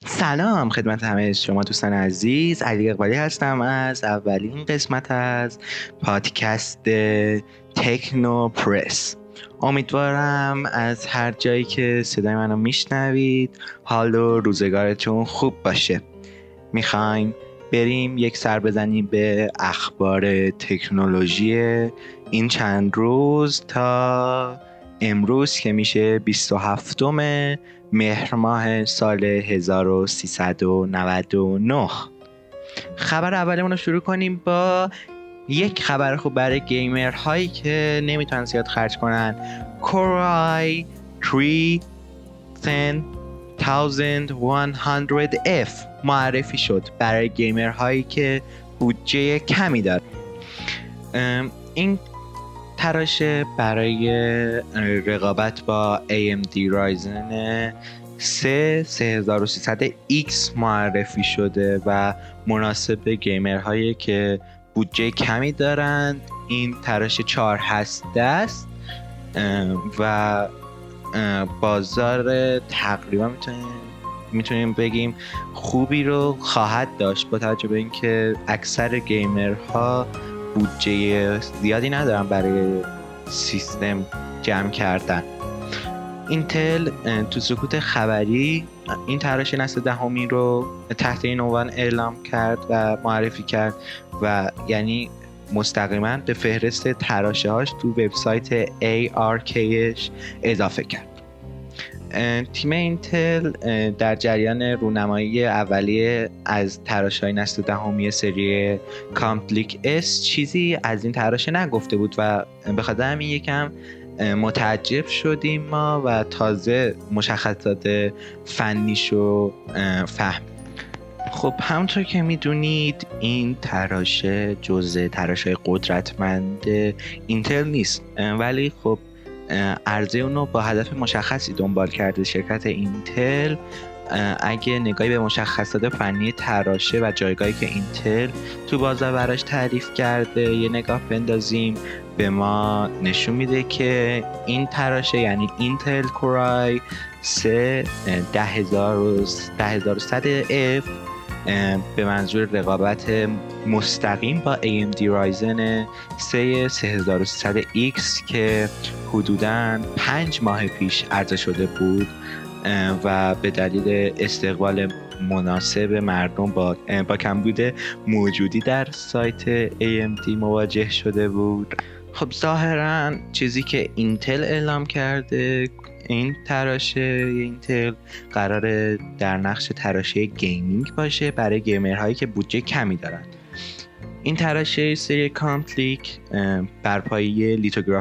سلام خدمت همه شما دوستان عزیز. علی اقبالی هستم از اولین قسمت از پادکست تکنو پرس. امیدوارم از هر جایی که صدای منو میشنوید حال و روزگارتون خوب باشه. میخوایم بریم یک سر بزنیم به اخبار تکنولوژی این چند روز تا امروز که میشه 27 مهر ماه سال 1399. خبر اولمون رو شروع کنیم با یک خبر خوب برای گیمر هایی که نمیتونن زیاد خرج کنن. کورای 3100F معرفی شد برای گیمر هایی که بودجه کمی دارن. این تراشه برای رقابت با AMD Ryzen 3300X معرفی شده و مناسب گیمرهایی که بودجه کمی دارند. این تراشه 4 هسته است و بازار تقریبا میتونیم بگیم خوبی رو خواهد داشت، با توجه به اینکه اکثر گیمرها بودجه زیادی ندارن برای سیستم جمع کردن. اینتل تو سکوت خبری این تراشه نسل دهمی رو تحت این عنوان اعلام کرد و معرفی کرد و یعنی مستقیما به فهرست تراشه هاش تو وبسایت ARKش اضافه کرد. تیم اینتل در جریان رونمایی اولیه از تراشه‌های نسل دهمی سری کامپلیک اس چیزی از این تراشه نگفته بود و به خاطر همین یکم متعجب شدیم ما و تازه مشخصات فنیشو فهم. خب همونطور که میدونید این تراشه جزء تراشه قدرتمند اینتل نیست، ولی خب عرضه اونو با هدف مشخصی دنبال کرده شرکت اینتل. اگه نگاهی به مشخصات فنی تراشه و جایگاهی که اینتل تو بازار براش تعریف کرده یه نگاه بندازیم، به ما نشون میده که این تراشه یعنی اینتل کورای 10100F به منظور رقابت مستقیم با AMD Ryzen 3300X که حدوداً 5 ماه پیش عرضه شده بود و به دلیل استقبال مناسب مردم با کمبود موجودی در سایت AMD مواجه شده بود. خب ظاهراً چیزی که اینتل اعلام کرده، این تراشه اینتل قراره در نقش تراشه گیمینگ باشه برای گیمرهایی که بودجه کمی دارن. این تراشه سری کامپلیک بر پایه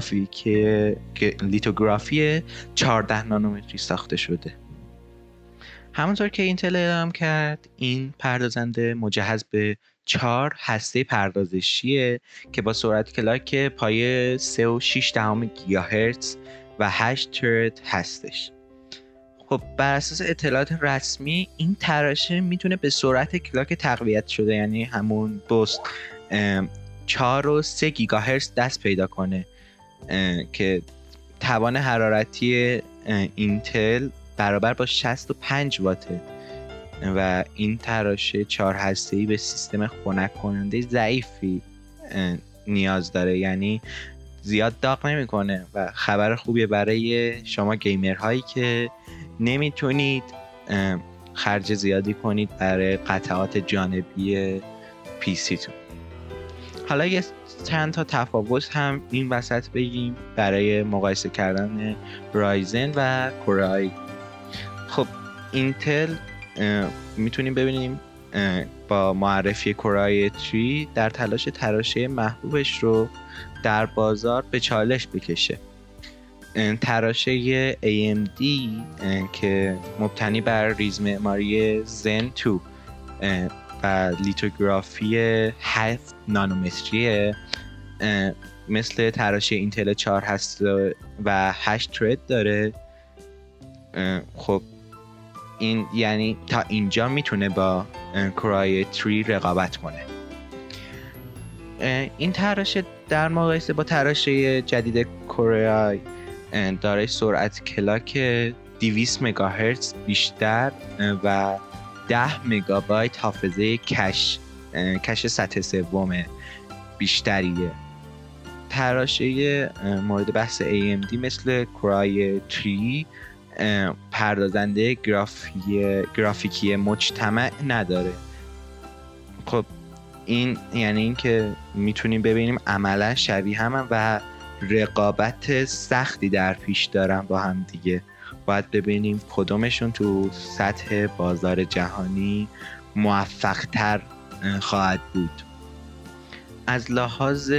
لیتوگرافی 14 نانومتری ساخته شده. همونطور که اینتل اعلام کرد این پردازنده مجهز به 4 هسته پردازشیه که با سرعت کلاک پایه 3.6 گیگاهرتز و 8 ترد هستش. خب بر اساس اطلاعات رسمی این تراشه میتونه به سرعت کلاک تقویت شده یعنی همون بوست 4.3 گیگاهرتز دست پیدا کنه که توان حرارتی اینتل برابر با 65 واته و این تراشه 4 هسته‌ای به سیستم خنک کننده ضعیفی نیاز داره، یعنی زیاد داغ نمیکنه و خبر خوبیه برای شما گیمرهایی که نمیتونید خرج زیادی کنید برای قطعات جانبی پی سی تون. حالا یه چند تا تفاوت هم این وسط بگیم برای مقایسه کردن رایزن و کورای. خب اینتل میتونیم ببینیم با معرفی کورای 3 در تلاش تراشه محبوبش رو در بازار به چالش بکشه. تراشه AMD که مبتنی بر ریز معماری زن 2 و لیتوگرافی 7 نانومتریه، مثل تراشه اینتل 4 هست و 8 ترد داره. خب این یعنی تا اینجا میتونه با کورای 3 رقابت کنه. این تراشه در مقایسه با تراشه جدید کورای دارای سرعت کلاک 200 مگاهرتز بیشتر و 10 مگابایت حافظه کش سطح سوم بیشتریه. تراشه مورد بحث AMD مثل کرای 3 پردازنده گرافیکی مجتمع نداره. خب این یعنی این که میتونیم ببینیم عملا شبیه هم و رقابت سختی در پیش دارن با هم دیگه. باید ببینیم کدومشون تو سطح بازار جهانی موفق تر خواهد بود. از لحاظ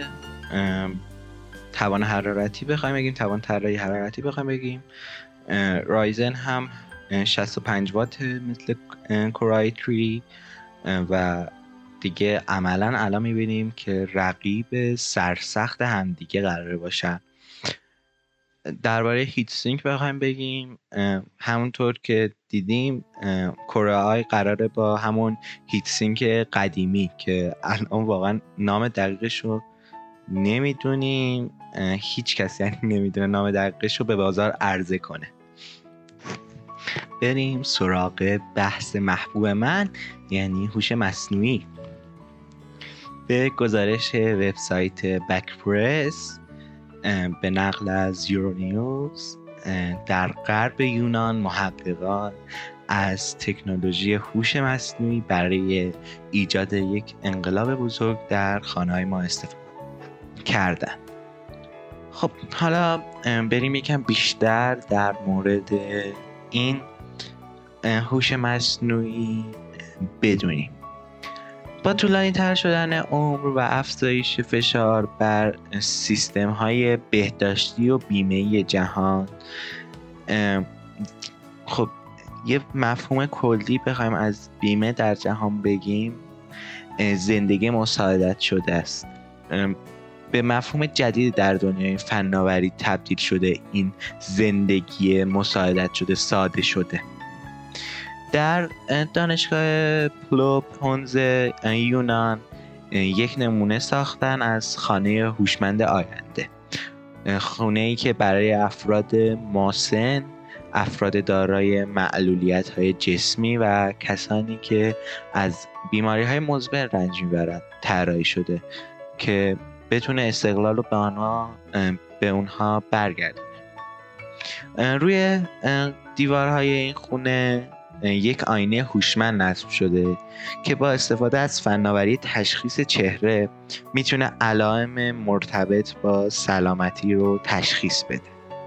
توان حرارتی بخوایم بگیم، توان طراحی حرارتی بخوایم بگیم، رایزن هم 65 وات مثل کورای 3 و دیگه عملا الان میبینیم که رقیب سرسخت هم دیگه قراره باشن. درباره هیت سینک بخوایم بگیم، همونطور که دیدیم کورای قراره با همون هیت سینک قدیمی که الان واقعا نام دقیقش رو نمیدونیم، هیچ کسی یعنی نمیدونه نام دقیقش رو به بازار عرضه کنه. بریم سراغ بحث محبوب من، یعنی هوش مصنوعی. به گزارش وبسایت بک‌پرس به نقل از یورونیوز، در غرب یونان محققان از تکنولوژی هوش مصنوعی برای ایجاد یک انقلاب بزرگ در خانه‌های ما استفاده کردن. خب حالا بریم یکم بیشتر در مورد این هوش مصنوعی بدونیم. با طولانی تر شدن عمر و افزایش فشار بر سیستم های بهداشتی و بیمه‌ای جهان، خب یه مفهوم کلی بخوایم از بیمه در جهان بگیم، زندگی مساعدت شده است. به مفهوم جدید در دنیای فناوری تبدیل شده این زندگی مساعدت شده، ساده شده. در دانشگاه پلوپونز یونان یک نمونه ساختن از خانه هوشمند آینده، خانه‌ای که برای افراد مسن، افراد دارای معلولیت‌های جسمی و کسانی که از بیماری‌های مزمن رنج می‌برند طراحی شده که بتونه استقلال رو به اونها برگردونه. روی دیوارهای این خونه یک آینه هوشمند نصب شده که با استفاده از فناوری تشخیص چهره میتونه علائم مرتبط با سلامتی رو تشخیص بده.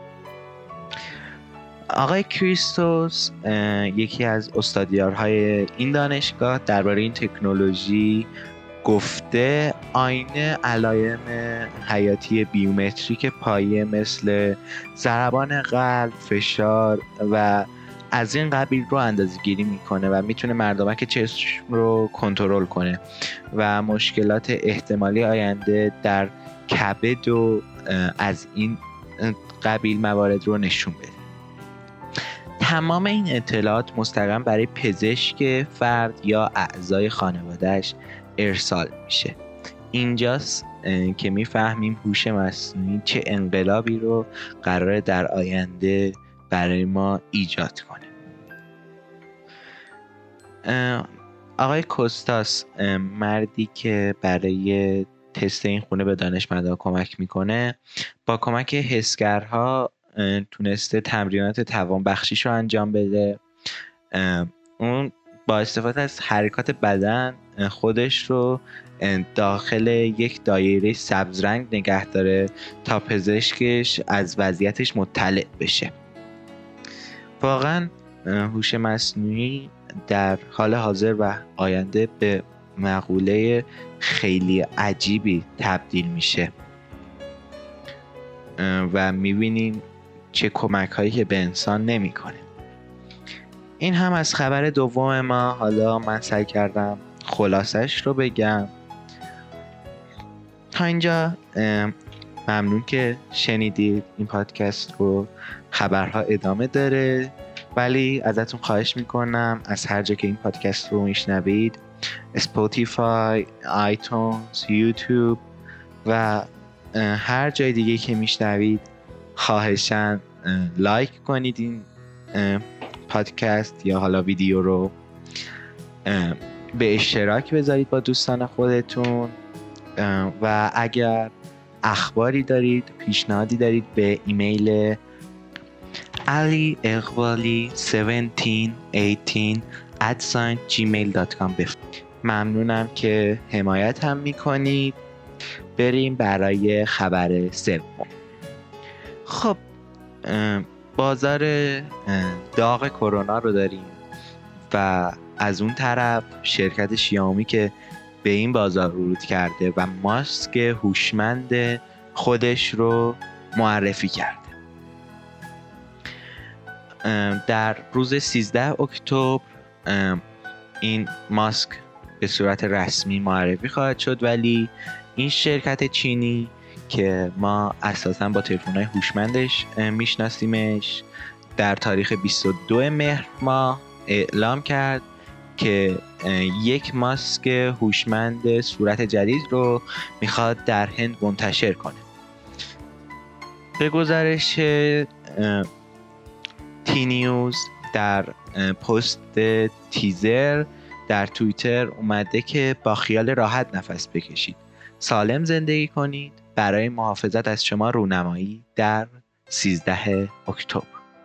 آقای کریستوس، یکی از استادیارهای این دانشگاه، درباره این تکنولوژی گفته آینه علائم حیاتی بیومتریک پایه مثل ضربان قلب، فشار و از این قبیل رو اندازه‌گیری میکنه و میتونه مردمک چشم رو کنترل کنه و مشکلات احتمالی آینده در کبد و از این قبیل موارد رو نشون بده. تمام این اطلاعات مستقیم برای پزشک فرد یا اعضای خانواده‌اش ارسال میشه. اینجاست که میفهمیم هوش مصنوعی چه انقلابی رو قراره در آینده برای ما ایجاد کنه. آقای کوستاس، مردی که برای تست این خونه به دانشمندان کمک میکنه، با کمک حسگرها تونسته تمرینات توانبخشیش رو انجام بده. اون با استفاده از حرکات بدن خودش رو داخل یک دایره سبز رنگ نگه داره تا پزشکش از وضعیتش مطلع بشه. واقعا هوش مصنوعی در حال حاضر و آینده به مقوله خیلی عجیبی تبدیل میشه و میبینیم چه کمک هایی که به انسان نمیکنه. این هم از خبر دوم ما. حالا من سعی کردم خلاصش رو بگم. تا اینجا ممنون که شنیدید. این پادکست رو خبرها ادامه داره، ولی ازتون خواهش میکنم از هر جا که این پادکست رو میشنوید، اسپاتیفای، آیتونز، یوتیوب و هر جای دیگه که میشنوید، خواهشاً لایک کنید این پادکست یا حالا ویدیو رو به اشتراک بذارید با دوستان خودتون و اگر اخباری دارید، پیشنهادی دارید به ایمیل alieqbali1718@gmail.com بفرستید. ممنونم که حمایت هم میکنید. بریم برای خبر سوم. خب بازار داغ کرونا رو داریم و از اون طرف شرکت شیائومی که به این بازار ورود کرده و ماسک هوشمند خودش رو معرفی کرده. در روز 13 اکتبر این ماسک به صورت رسمی معرفی خواهد شد، ولی این شرکت چینی که ما اساساً با تلفن‌های هوشمندش میشناسیمش در تاریخ 22 مهر ماه اعلام کرد که یک ماسک هوشمند صورت جدید رو میخواد در هند منتشر کنه. به گزارش تی نیوز در پست تیزر در توییتر اومده که با خیال راحت نفس بکشید، سالم زندگی کنید، برای محافظت از شما رونمایی در 13 اکتبر.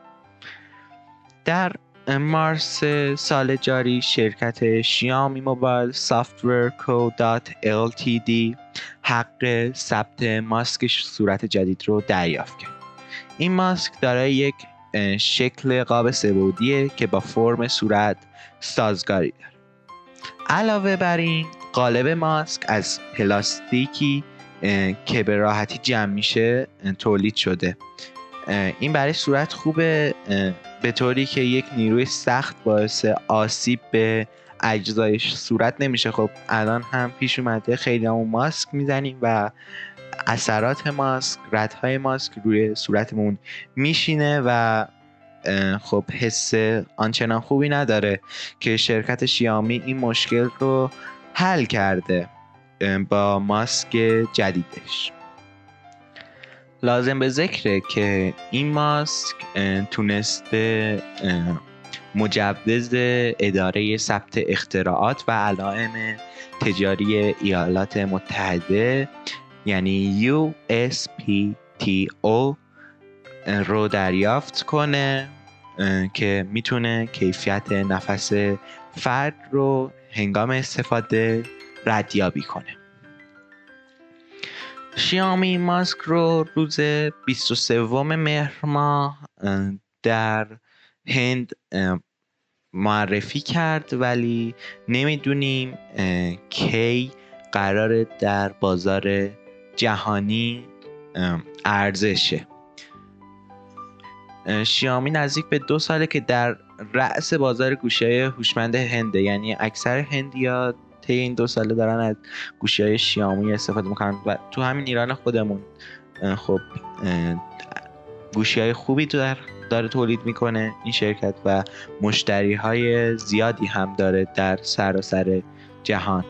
در مارس سال جاری شرکت شیائومی موبایل سافتور کو Ltd حق ثبت ماسک صورت جدید رو دریافت کرد. این ماسک دارای یک شکل قاب سه‌بعدیه که با فرم صورت سازگاری داره. علاوه بر این قالب ماسک از پلاستیکی که به راحتی جمع میشه تولید شده. این برای صورت خوبه، به طوری که یک نیروی سخت باعث آسیب به اجزای صورت نمیشه. خب الان هم پیش اومده خیلی همون ماسک میزنیم و اثرات ماسک، ردهای ماسک روی صورتمون میشینه و خب حس آنچنان خوبی نداره که شرکت شیائومی این مشکل رو حل کرده با ماسک جدیدش. لازم به ذکره که این ماسک تونسته مجوز اداره ثبت اختراعات و علائم تجاری ایالات متحده یعنی USPTO رو دریافت کنه که میتونه کیفیت نفس فرد رو هنگام استفاده ردیابی کنه. شیائومی ماسک رو روز 23 مهر ماه در هند معرفی کرد، ولی نمیدونیم کی قراره در بازار جهانی عرضه شه. شیائومی نزدیک به 2 ساله که در رأس بازار گوشی‌های هوشمند هنده، یعنی اکثر هندی‌ها طی این 2 ساله دارن از گوشی‌های شیائومی استفاده میکنن و تو همین ایران خودمون خب گوشی‌های خوبی داره تولید میکنه این شرکت و مشتری‌های زیادی هم داره در سراسر جهان.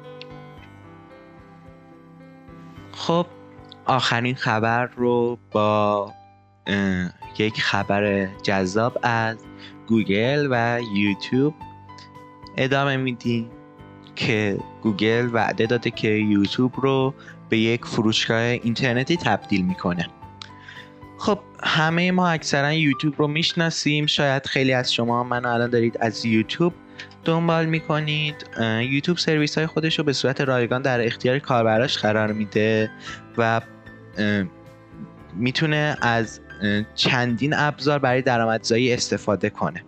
خب آخرین خبر رو با یک خبر جذاب از گوگل و یوتیوب ادامه میدیم که گوگل وعده داده که یوتیوب رو به یک فروشگاه اینترنتی تبدیل میکنه. خب همه ما اکثرا یوتیوب رو میشناسیم. شاید خیلی از شما منو الان دارید از یوتیوب دنبال میکنید. یوتیوب سرویس های خودش رو به صورت رایگان در اختیار کاربراش قرار میده و میتونه از چندین ابزار برای درآمدزایی استفاده کنه.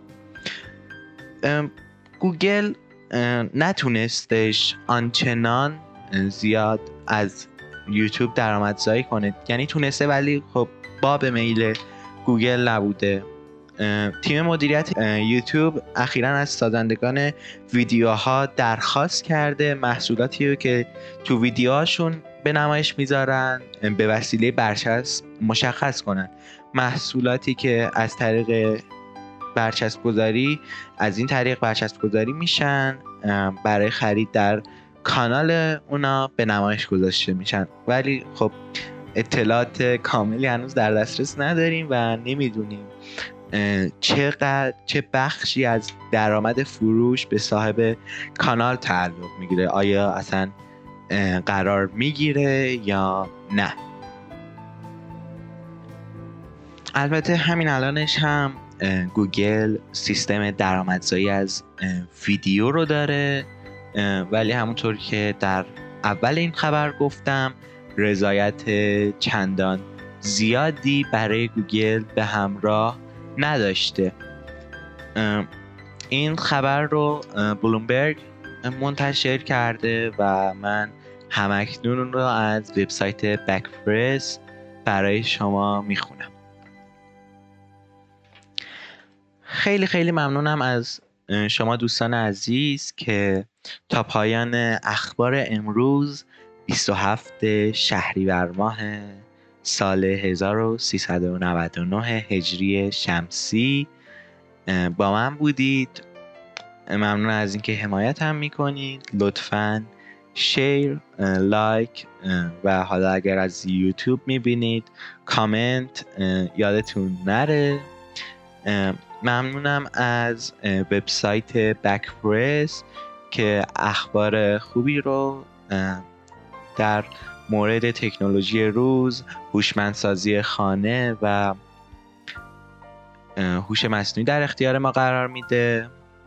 گوگل نتونستش آنچنان زیاد از یوتیوب درآمدزایی کنه، یعنی تونسته ولی خب باب میل گوگل نبوده. تیم مدیریت یوتیوب اخیراً از سازندگان ویدیوها درخواست کرده محصولاتی رو که تو ویدیوهاشون به نمایش میذارن به وسیله برچسب مشخص کنن. محصولاتی که از طریق برچسب گذاری میشن برای خرید در کانال اونا به نمایش گذاشته میشن، ولی خب اطلاعات کاملی هنوز در دسترس نداریم و نمیدونیم چه بخشی از درآمد فروش به صاحب کانال تعلق میگیره، آیا اصلا قرار میگیره یا نه. البته همین الانش هم گوگل سیستم درآمدزایی از ویدیو رو داره، ولی همونطور که در اول این خبر گفتم رضایت چندان زیادی برای گوگل به همراه نداشته. این خبر رو بلومبرگ منتشر کرده و من همکنون اون رو از وبسایت بک‌پرس برای شما میخونم. خیلی خیلی ممنونم از شما دوستان عزیز که تا پایان اخبار امروز 27 شهریور ماه سال 1399 هجری شمسی با من بودید. ممنون از اینکه حمایت هم میکنید. لطفاً شیر، لایک و حالا اگر از یوتیوب میبینید کامنت یادتون نره. ممنونم از وبسایت بک‌پرس که اخبار خوبی رو در مورد تکنولوژی روز، هوشمندسازی خانه و هوش مصنوعی در اختیار ما قرار میده.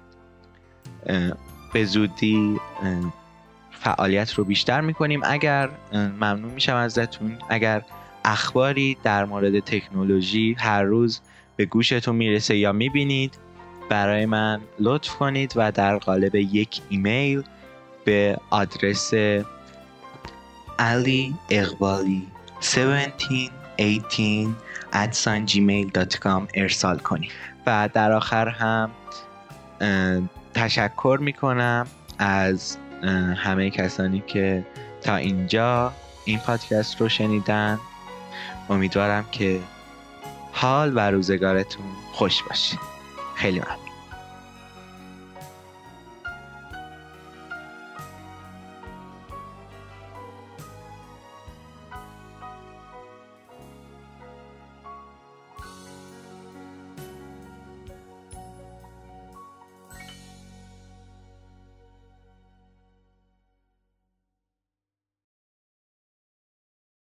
به زودی فعالیت رو بیشتر میکنیم. ممنون میشم ازتون اگر اخباری در مورد تکنولوژی هر روز به گوشتون میرسه یا میبینید برای من لطف کنید و در قالب یک ایمیل به آدرس ali.iqbali1718@gmail.com ارسال کنید. و در آخر هم تشکر میکنم از همه کسانی که تا اینجا این پادکست رو شنیدن. امیدوارم که حال و روزگارتون خوش باشه. خیلی ممنون.